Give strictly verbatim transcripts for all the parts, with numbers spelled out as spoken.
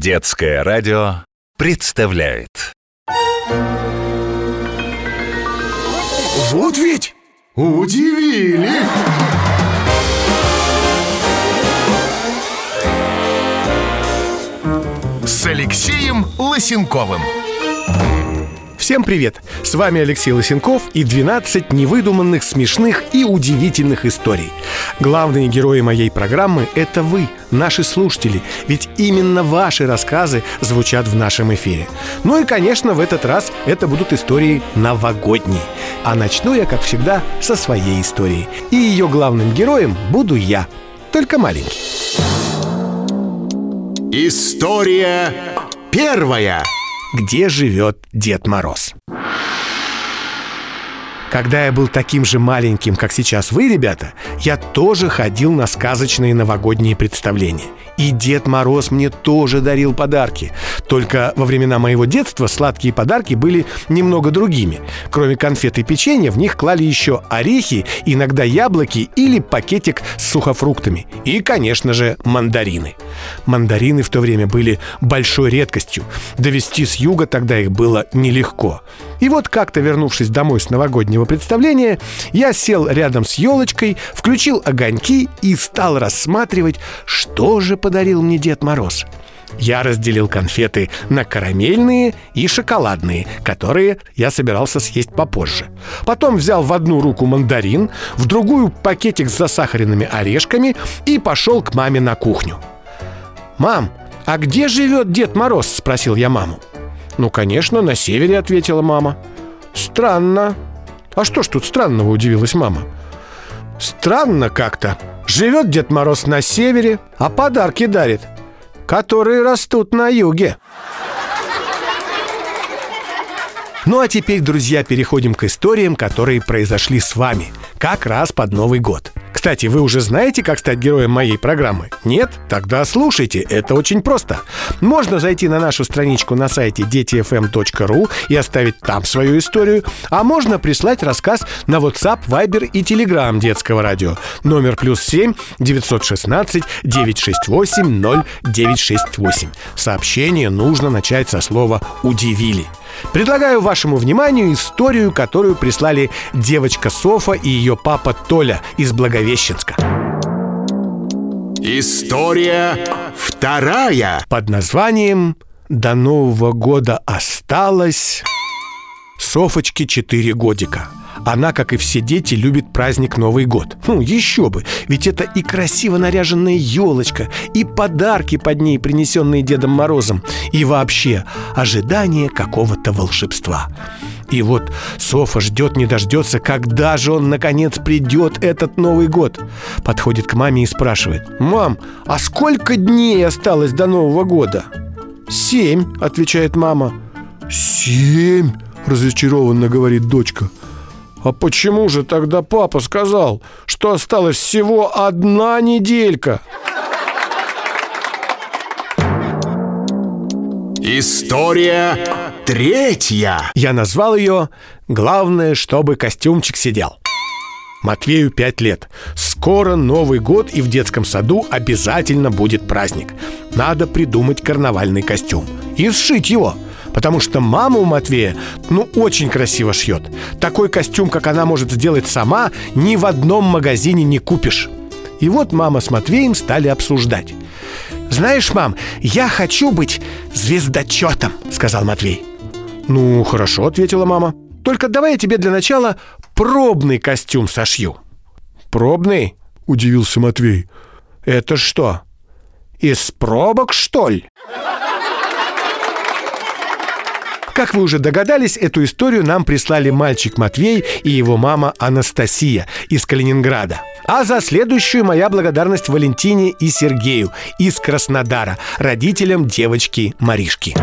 Детское радио представляет. Вот ведь удивили! С Алексеем Лысенковым. Всем привет! С вами Алексей Лысенков и двенадцать невыдуманных, смешных и удивительных историй. Главные герои моей программы – это вы, наши слушатели, ведь именно ваши рассказы звучат в нашем эфире. Ну и, конечно, в этот раз это будут истории новогодние. А начну я, как всегда, со своей истории. И ее главным героем буду я, только маленький. История первая. Где живет Дед Мороз? Когда я был таким же маленьким, как сейчас вы, ребята, я тоже ходил на сказочные новогодние представления. И Дед Мороз мне тоже дарил подарки. Только во времена моего детства сладкие подарки были немного другими. Кроме конфет и печенья, в них клали еще орехи, иногда яблоки или пакетик с сухофруктами. И, конечно же, мандарины. Мандарины в то время были большой редкостью. Довезти с юга тогда их было нелегко. И вот как-то, вернувшись домой с новогоднего представления, я сел рядом с елочкой, включил огоньки и стал рассматривать, что же подарил мне Дед Мороз. Я разделил конфеты на карамельные и шоколадные, которые я собирался съесть попозже. Потом взял в одну руку мандарин, в другую пакетик с засахаренными орешками и пошел к маме на кухню. «Мам, а где живет Дед Мороз?» – спросил я маму. «Ну, конечно, на севере», — ответила мама. «Странно». «А что ж тут странного?» — удивилась мама. «Странно как-то. Живет Дед Мороз на севере, а подарки дарит, которые растут на юге». Ну а теперь, друзья, переходим к историям, которые произошли с вами как раз под Новый год. Кстати, вы уже знаете, как стать героем моей программы? Нет? Тогда слушайте, это очень просто. Можно зайти на нашу страничку на сайте дети эф эм точка ру и оставить там свою историю, а можно прислать рассказ на WhatsApp, Viber и Telegram Детского радио. Номер плюс семь девятьсот шестнадцать девятьсот шестьдесят восемь ноль девятьсот шестьдесят восемь. Сообщение нужно начать со слова «удивили». Предлагаю вашему вниманию историю, которую прислали девочка Софа и ее папа Толя из Благовещенска. История вторая. Под названием «До Нового года осталось...» Софочке четыре годика. Она, как и все дети, любит праздник Новый год. Ну, еще бы, ведь это и красиво наряженная елочка, и подарки под ней, принесенные Дедом Морозом, и вообще ожидание какого-то волшебства. И вот Софа ждет не дождется, когда же он, наконец, придет, этот Новый год. Подходит к маме и спрашивает: «Мам, а сколько дней осталось до Нового года?» «Семь», — отвечает мама. «Семь?» — разочарованно говорит дочка. «А почему же тогда папа сказал, что осталась всего одна неделька?» История третья. Я назвал ее «Главное, чтобы костюмчик сидел». Матвею пять лет. Скоро Новый год, и в детском саду обязательно будет праздник. Надо придумать карнавальный костюм и сшить его. Потому что мама у Матвея, ну, очень красиво шьет. Такой костюм, как она может сделать сама, ни в одном магазине не купишь. И вот мама с Матвеем стали обсуждать. «Знаешь, мам, я хочу быть звездочетом», — сказал Матвей. «Ну, хорошо», — ответила мама. «Только давай я тебе для начала пробный костюм сошью». «Пробный?» — удивился Матвей. «Это что, из пробок, что ли?» Как вы уже догадались, эту историю нам прислали мальчик Матвей и его мама Анастасия из Калининграда. А за следующую моя благодарность Валентине и Сергею из Краснодара, родителям девочки Маришки.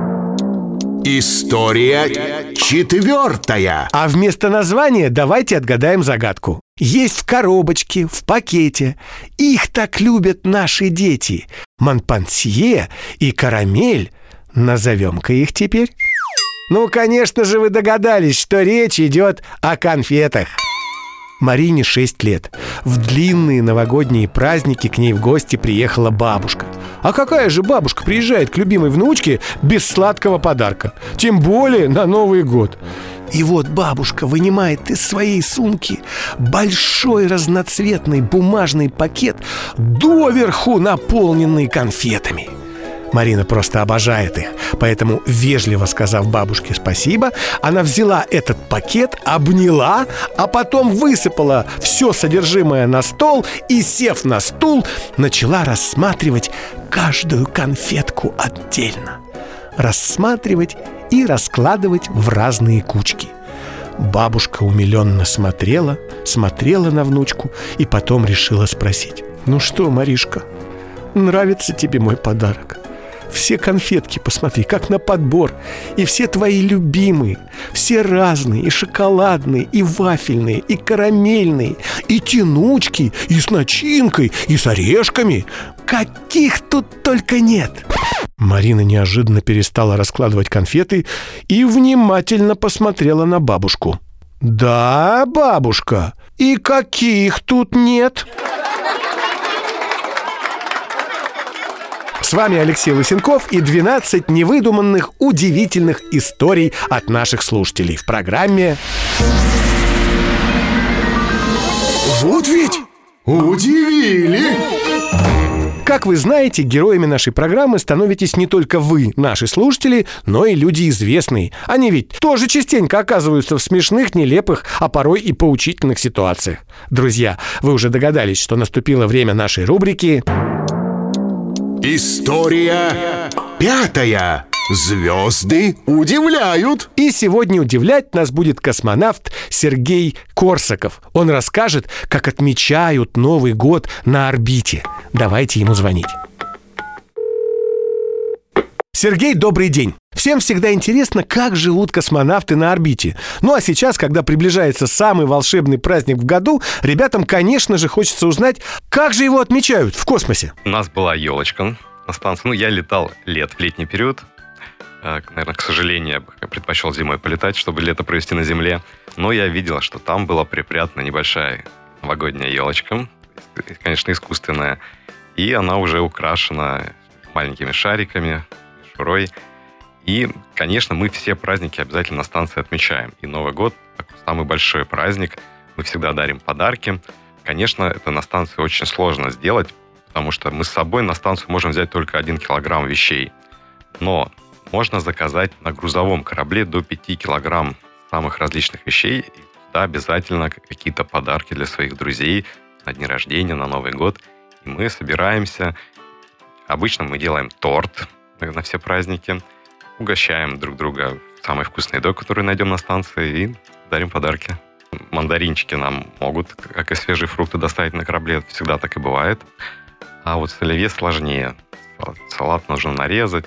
История четвертая. А вместо названия давайте отгадаем загадку. Есть в коробочке, в пакете. Их так любят наши дети. Монпансье и карамель. Назовем-ка их теперь. Ну, конечно же, вы догадались, что речь идет о конфетах. Марине шесть лет. В длинные новогодние праздники к ней в гости приехала бабушка. А какая же бабушка приезжает к любимой внучке без сладкого подарка? Тем более на Новый год. И вот бабушка вынимает из своей сумки большой разноцветный бумажный пакет, доверху наполненный конфетами. Марина просто обожает их, поэтому, вежливо сказав бабушке спасибо, она взяла этот пакет, обняла, а потом высыпала все содержимое на стол и, сев на стул, начала рассматривать каждую конфетку отдельно. Рассматривать и раскладывать в разные кучки. Бабушка умиленно смотрела, смотрела на внучку и потом решила спросить: «Ну что, Маришка, нравится тебе мой подарок? Все конфетки, посмотри, как на подбор. И все твои любимые. Все разные, и шоколадные, и вафельные, и карамельные, и тянучки, и с начинкой, и с орешками. Каких тут только нет!» Марина неожиданно перестала раскладывать конфеты и внимательно посмотрела на бабушку. «Да, бабушка, и каких тут нет?» С вами Алексей Лысенков и двенадцать невыдуманных, удивительных историй от наших слушателей в программе Вот ведь удивили! Как вы знаете, героями нашей программы становитесь не только вы, наши слушатели, но и люди известные. Они ведь тоже частенько оказываются в смешных, нелепых, а порой и поучительных ситуациях. Друзья, вы уже догадались, что наступило время нашей рубрики История пятая. Звезды удивляют. И сегодня удивлять нас будет космонавт Сергей Корсаков. Он расскажет, как отмечают Новый год на орбите. Давайте ему звонить. Сергей, добрый день. Всем всегда интересно, как живут космонавты на орбите. Ну а сейчас, когда приближается самый волшебный праздник в году, ребятам, конечно же, хочется узнать, как же его отмечают в космосе. У нас была елочка на станции. Ну, я летал лет в летний период. Наверное, к сожалению, я бы предпочел зимой полетать, чтобы лето провести на Земле. Но я видел, что там была припрятана небольшая новогодняя елочка. Конечно, искусственная. И она уже украшена маленькими шариками, мишурой. И, конечно, мы все праздники обязательно на станции отмечаем. И Новый год – самый большой праздник. Мы всегда дарим подарки. Конечно, это на станции очень сложно сделать, потому что мы с собой на станцию можем взять только один килограмм вещей. Но можно заказать на грузовом корабле до пяти килограмм самых различных вещей. И туда обязательно какие-то подарки для своих друзей на дни рождения, на Новый год. И мы собираемся. Обычно мы делаем торт на все праздники. Угощаем друг друга самой вкусной едой, которую найдем на станции, и дарим подарки. Мандаринчики нам могут, как и свежие фрукты, доставить на корабле. Это всегда так и бывает. А вот с оливье сложнее. Салат нужно нарезать,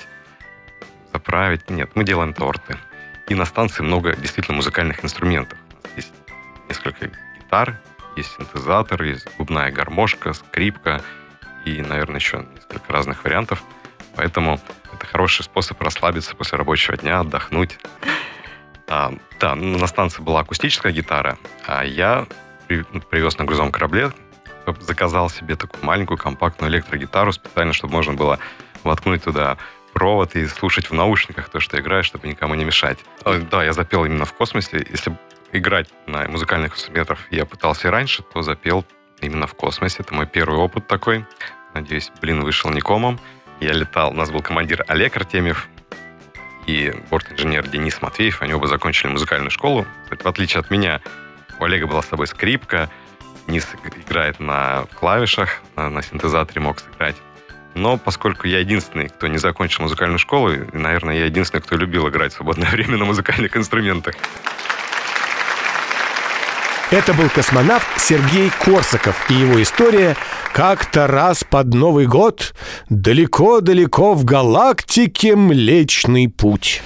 заправить. Нет, мы делаем торты. И на станции много действительно музыкальных инструментов. Есть несколько гитар, есть синтезатор, есть губная гармошка, скрипка и, наверное, еще несколько разных вариантов. Поэтому это хороший способ расслабиться после рабочего дня, отдохнуть. А, да, на станции была акустическая гитара, а я при, привез на грузовом корабле, заказал себе такую маленькую компактную электрогитару специально, чтобы можно было воткнуть туда провод и слушать в наушниках то, что играю, чтобы никому не мешать. Да, я запел именно в космосе. Если играть на музыкальных инструментах я пытался и раньше, то запел именно в космосе. Это мой первый опыт такой. Надеюсь, блин, вышел не комом. Я летал, у нас был командир Олег Артемьев и бортинженер Денис Матвеев. Они оба закончили музыкальную школу. Кстати, в отличие от меня, у Олега была с собой скрипка. Денис играет на клавишах, на, на синтезаторе мог сыграть. Но поскольку я единственный, кто не закончил музыкальную школу, и, наверное, я единственный, кто любил играть в свободное время на музыкальных инструментах. Это был космонавт Сергей Корсаков и его история «Как-то раз под Новый год далеко-далеко в галактике Млечный Путь».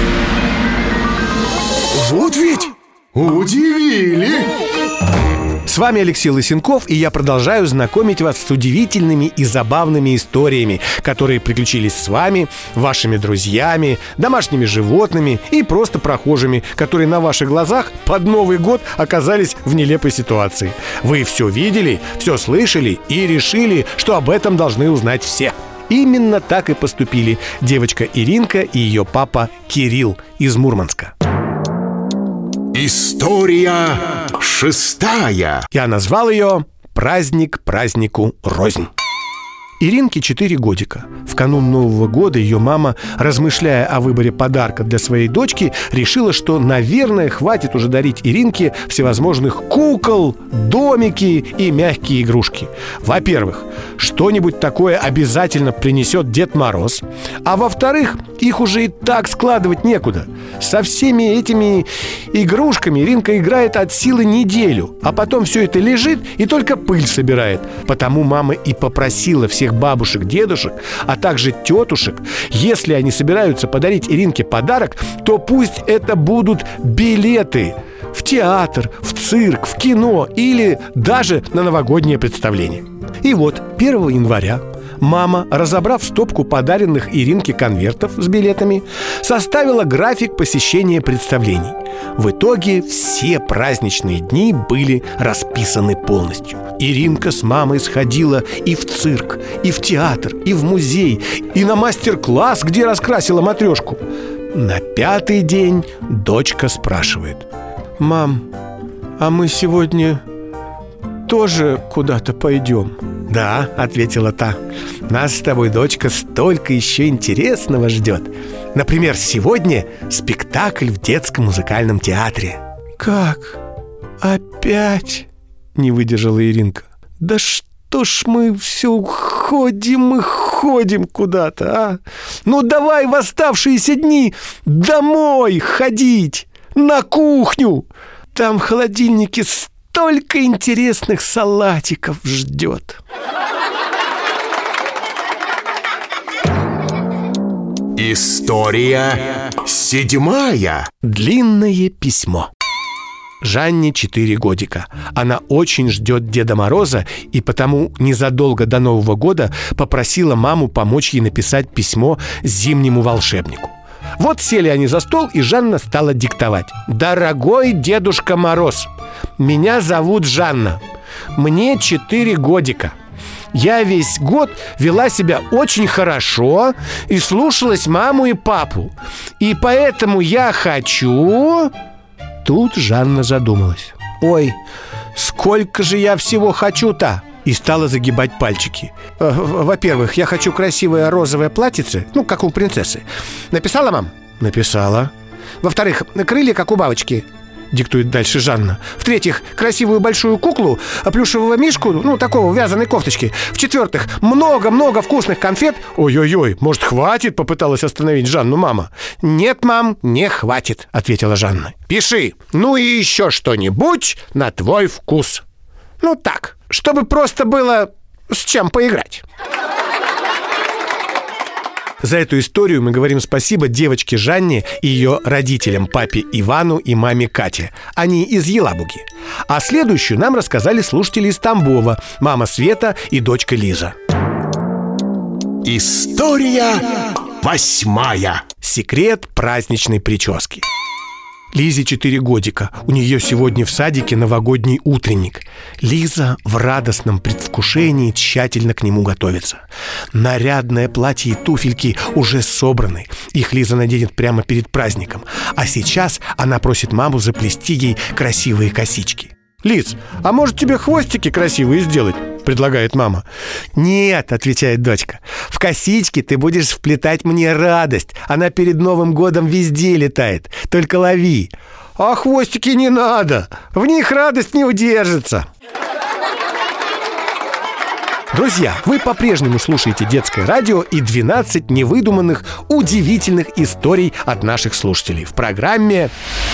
Вот ведь удивили! С вами Алексей Лысенков, и я продолжаю знакомить вас с удивительными и забавными историями, которые приключились с вами, вашими друзьями, домашними животными и просто прохожими, которые на ваших глазах под Новый год оказались в нелепой ситуации. Вы все видели, все слышали и решили, что об этом должны узнать все. Именно так и поступили девочка Иринка и ее папа Кирилл из Мурманска. История шестая. Я назвал ее «Праздник празднику рознь». Иринке четыре годика. В канун Нового года ее мама, размышляя о выборе подарка для своей дочки, решила, что, наверное, хватит уже дарить Иринке всевозможных кукол, домики и мягкие игрушки. Во-первых, что-нибудь такое обязательно принесет Дед Мороз. А во-вторых, их уже и так складывать некуда. Со всеми этими игрушками Иринка играет от силы неделю, а потом все это лежит и только пыль собирает. Потому мама и попросила всех бабушек, дедушек, а также тетушек, если они собираются подарить Иринке подарок, то пусть это будут билеты в театр, в цирк, в кино или даже на новогоднее представление. И вот первого января мама, разобрав стопку подаренных Иринке конвертов с билетами, составила график посещения представлений. В итоге все праздничные дни были расписаны полностью. Иринка с мамой сходила и в цирк, и в театр, и в музей, и на мастер-класс, где раскрасила матрешку. На пятый день дочка спрашивает: «Мам, а мы сегодня тоже куда-то пойдем?» «Да», — ответила та, — «нас с тобой, дочка, столько еще интересного ждет. Например, сегодня спектакль в детском музыкальном театре». «Как? Опять?» — не выдержала Иринка. «Да что ж мы все ходим и ходим куда-то, а? Ну давай в оставшиеся дни домой ходить, на кухню. Там в холодильнике столько интересных салатиков ждет». История седьмая. Длинное письмо. Жанне четыре годика. Она очень ждет Деда Мороза и потому незадолго до Нового года попросила маму помочь ей написать письмо зимнему волшебнику. Вот сели они за стол, и Жанна стала диктовать: «Дорогой Дедушка Мороз, меня зовут Жанна. Мне четыре годика. Я весь год вела себя очень хорошо и слушалась маму и папу. И поэтому я хочу...» Тут Жанна задумалась. «Ой, сколько же я всего хочу-то!» И стала загибать пальчики. «Во-первых, я хочу красивое розовое платьице, ну, как у принцессы. Написала, мам?» «Написала». «Во-вторых, крылья, как у бабочки», — диктует дальше Жанна. «В-третьих, красивую большую куклу, плюшевого мишку, ну, такого, в вязаной кофточке. В-четвертых, много-много вкусных конфет». «Ой-ой-ой, может, хватит?» — попыталась остановить Жанну мама. «Нет, мам, не хватит», — ответила Жанна. «Пиши, ну и еще что-нибудь на твой вкус. Ну так, чтобы просто было с чем поиграть». За эту историю мы говорим спасибо девочке Жанне и ее родителям, папе Ивану и маме Кате. Они из Елабуги. А следующую нам рассказали слушатели из Тамбова, мама Света и дочка Лиза. История восьмая. Секрет праздничной прически. Лизе четыре годика. У нее сегодня в садике новогодний утренник. Лиза в радостном предвкушении тщательно к нему готовится. Нарядное платье и туфельки уже собраны. Их Лиза наденет прямо перед праздником. А сейчас она просит маму заплести ей красивые косички. «Лиз, а может тебе хвостики красивые сделать?» — предлагает мама. «Нет», — отвечает дочка, — «в косички ты будешь вплетать мне радость. Она перед Новым годом везде летает. Только лови». «А хвостики не надо. В них радость не удержится». Друзья, вы по-прежнему слушаете Детское радио и двенадцать невыдуманных, удивительных историй от наших слушателей в программе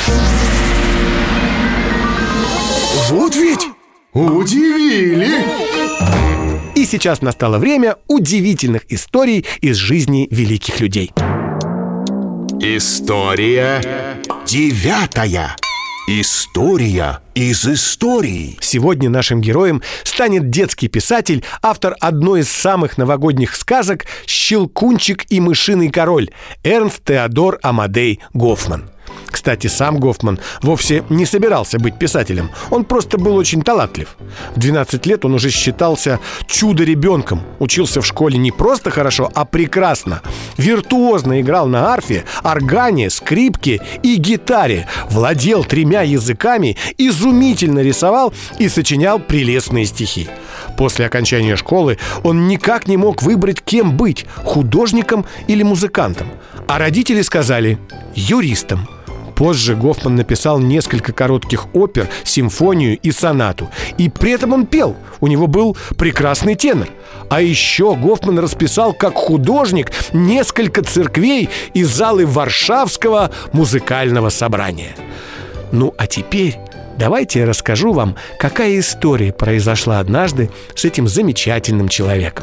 Вот ведь удивили! И сейчас настало время удивительных историй из жизни великих людей. История девятая. История из истории. Сегодня нашим героем станет детский писатель, автор одной из самых новогодних сказок «Щелкунчик и мышиный король» Эрнст Теодор Амадей Гофман. Кстати, сам Гофман вовсе не собирался быть писателем. Он просто был очень талантлив. В двенадцать лет он уже считался чудо-ребенком. Учился в школе не просто хорошо, а прекрасно. Виртуозно играл на арфе, органе, скрипке и гитаре. Владел тремя языками, изумительно рисовал и сочинял прелестные стихи. После окончания школы он никак не мог выбрать, кем быть – художником или музыкантом. А родители сказали – юристом. Позже Гофман написал несколько коротких опер, симфонию и сонату. И при этом он пел. У него был прекрасный тенор. А еще Гофман расписал как художник несколько церквей и залы Варшавского музыкального собрания. Ну а теперь давайте я расскажу вам, какая история произошла однажды с этим замечательным человеком.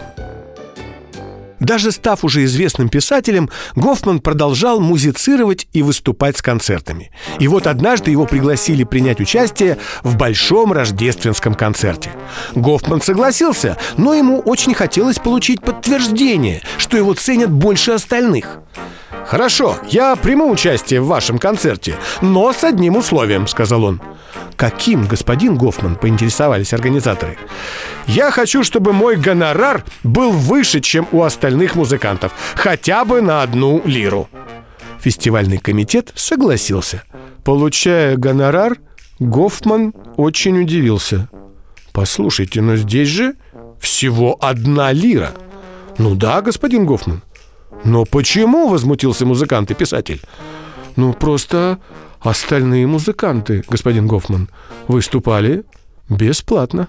Даже став уже известным писателем, Гофман продолжал музицировать и выступать с концертами. И вот однажды его пригласили принять участие в большом рождественском концерте. Гофман согласился, но ему очень хотелось получить подтверждение, что его ценят больше остальных. «Хорошо, я приму участие в вашем концерте, но с одним условием», — сказал он. «Каким, господин Гофман?» — поинтересовались организаторы. «Я хочу, чтобы мой гонорар был выше, чем у остальных музыкантов, хотя бы на одну лиру». Фестивальный комитет согласился. Получая гонорар, Гофман очень удивился. «Послушайте, но здесь же всего одна лира». «Ну да, господин Гофман». «Но почему?» — возмутился музыкант и писатель. «Ну, просто остальные музыканты, господин Гофман, выступали бесплатно».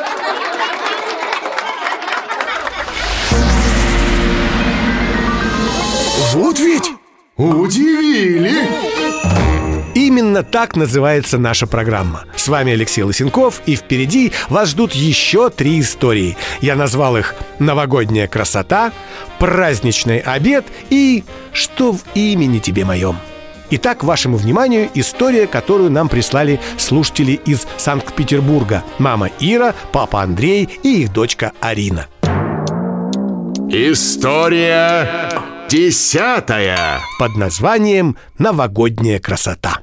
Вот ведь удивили! Именно так называется наша программа. С вами Алексей Лысенков, и впереди вас ждут еще три истории. Я назвал их «Новогодняя красота», «Праздничный обед» и «Что в имени тебе моем». Итак, вашему вниманию история, которую нам прислали слушатели из Санкт-Петербурга. Мама Ира, папа Андрей и их дочка Арина. История десятая. Под названием «Новогодняя красота».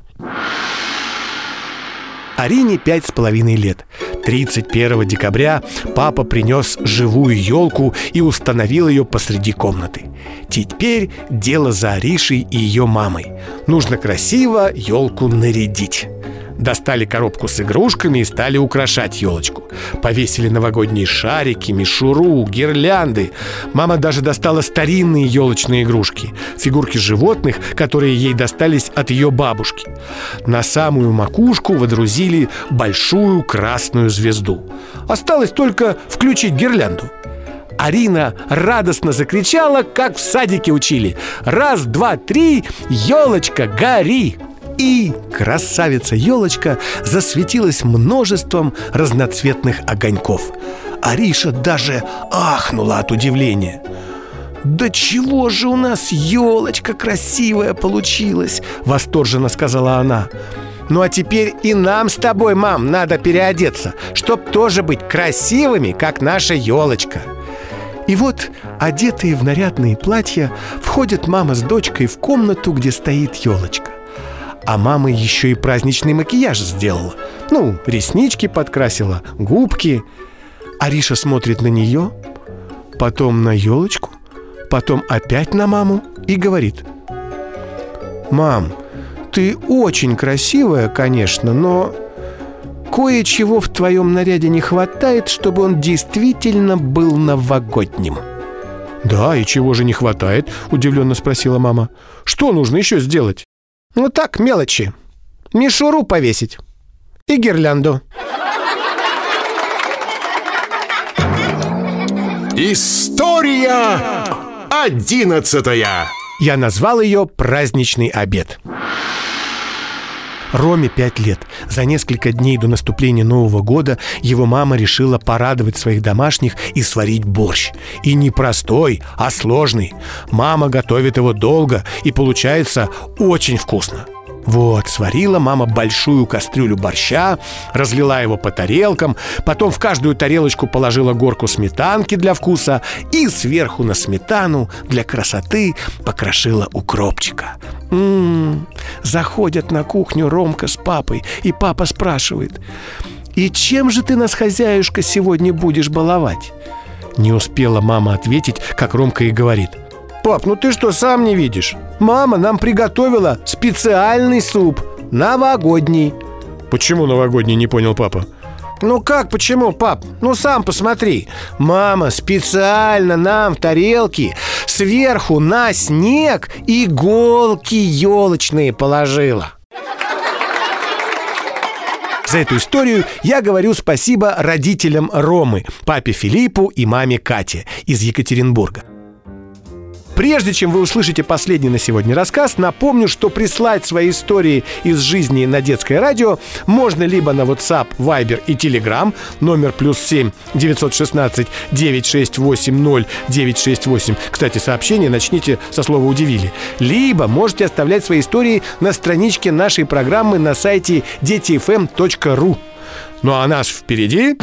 Арине пять с половиной лет. тридцать первого декабря папа принес живую елку и установил ее посреди комнаты. Теперь дело за Аришей и ее мамой. Нужно красиво елку нарядить. Достали коробку с игрушками и стали украшать елочку. Повесили новогодние шарики, мишуру, гирлянды. Мама даже достала старинные елочные игрушки, фигурки животных, которые ей достались от ее бабушки. На самую макушку водрузили большую красную звезду. Осталось только включить гирлянду. Арина радостно закричала, как в садике учили: «Раз, два, три, елочка, гори!» И красавица-елочка засветилась множеством разноцветных огоньков. Ариша даже ахнула от удивления. «Да чего же у нас елочка красивая получилась!» — восторженно сказала она. «Ну а теперь и нам с тобой, мам, надо переодеться, чтоб тоже быть красивыми, как наша елочка». И вот, одетые в нарядные платья, входят мама с дочкой в комнату, где стоит елочка. А мама еще и праздничный макияж сделала. Ну, реснички подкрасила, губки. Ариша смотрит на нее, потом на елочку, потом опять на маму и говорит: «Мам, ты очень красивая, конечно, но кое-чего в твоем наряде не хватает, чтобы он действительно был новогодним». «Да, и чего же не хватает?» – удивленно спросила мама. «Что нужно еще сделать?» «Ну так, мелочи. Мишуру повесить и гирлянду». История одиннадцатая. Я назвал ее «Праздничный обед». Роме пять лет. За несколько дней до наступления Нового года его мама решила порадовать своих домашних и сварить борщ. И не простой, а сложный. Мама готовит его долго, и получается очень вкусно. Вот, сварила мама большую кастрюлю борща, разлила его по тарелкам, потом в каждую тарелочку положила горку сметанки для вкуса и сверху на сметану для красоты покрошила укропчика. М-м-м. Заходят на кухню Ромка с папой, и папа спрашивает: «И чем же ты нас, хозяюшка, сегодня будешь баловать?» Не успела мама ответить, как Ромка и говорит: «Пап, ну ты что, сам не видишь? Мама нам приготовила специальный суп, новогодний». «Почему новогодний?» — не понял папа. «Ну как почему, пап? Ну сам посмотри. Мама специально нам в тарелки сверху на снег иголки елочные положила». За эту историю я говорю спасибо родителям Ромы, папе Филиппу и маме Кате из Екатеринбурга. Прежде чем вы услышите последний на сегодня рассказ, напомню, что прислать свои истории из жизни на детское радио можно либо на WhatsApp, Viber и Telegram, номер плюс семь девятьсот шестнадцать девятьсот шестьдесят восемь ноль девятьсот шестьдесят восемь. Кстати, сообщение начните со слова «удивили». Либо можете оставлять свои истории на страничке нашей программы на сайте дети эф эм точка ру. Ну а нас впереди...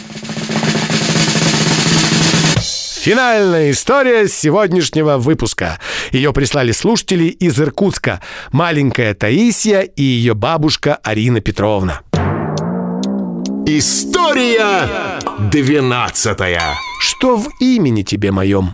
Финальная история сегодняшнего выпуска. Ее прислали слушатели из Иркутска. Маленькая Таисия и ее бабушка Арина Петровна. История двенадцатая. Что в имени тебе моем?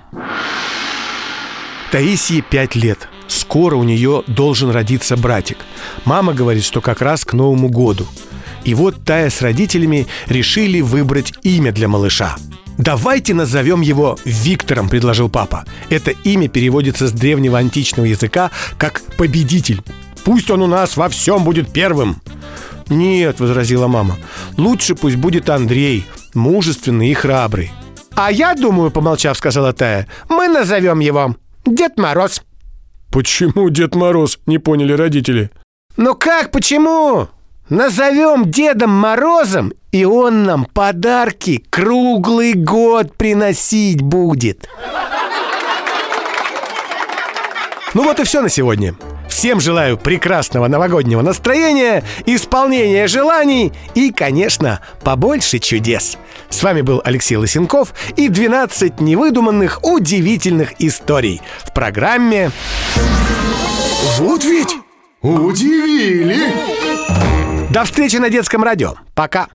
Таисии пять лет. Скоро у нее должен родиться братик. Мама говорит, что как раз к Новому году. И вот Тая с родителями решили выбрать имя для малыша. «Давайте назовем его Виктором», — предложил папа. Это имя переводится с древнего античного языка как «победитель». «Пусть он у нас во всем будет первым». «Нет», — возразила мама, — «лучше пусть будет Андрей, мужественный и храбрый». «А я думаю», — помолчав, сказала Тая, — «мы назовем его Дед Мороз». «Почему Дед Мороз?» — не поняли родители. «Ну как почему? Назовем Дедом Морозом, и он нам подарки круглый год приносить будет». Ну вот и все на сегодня. Всем желаю прекрасного новогоднего настроения, исполнения желаний и, конечно, побольше чудес. С вами был Алексей Лысенков и двенадцать невыдуманных удивительных историй в программе Вот ведь удивили! «До встречи на детском радио». Пока!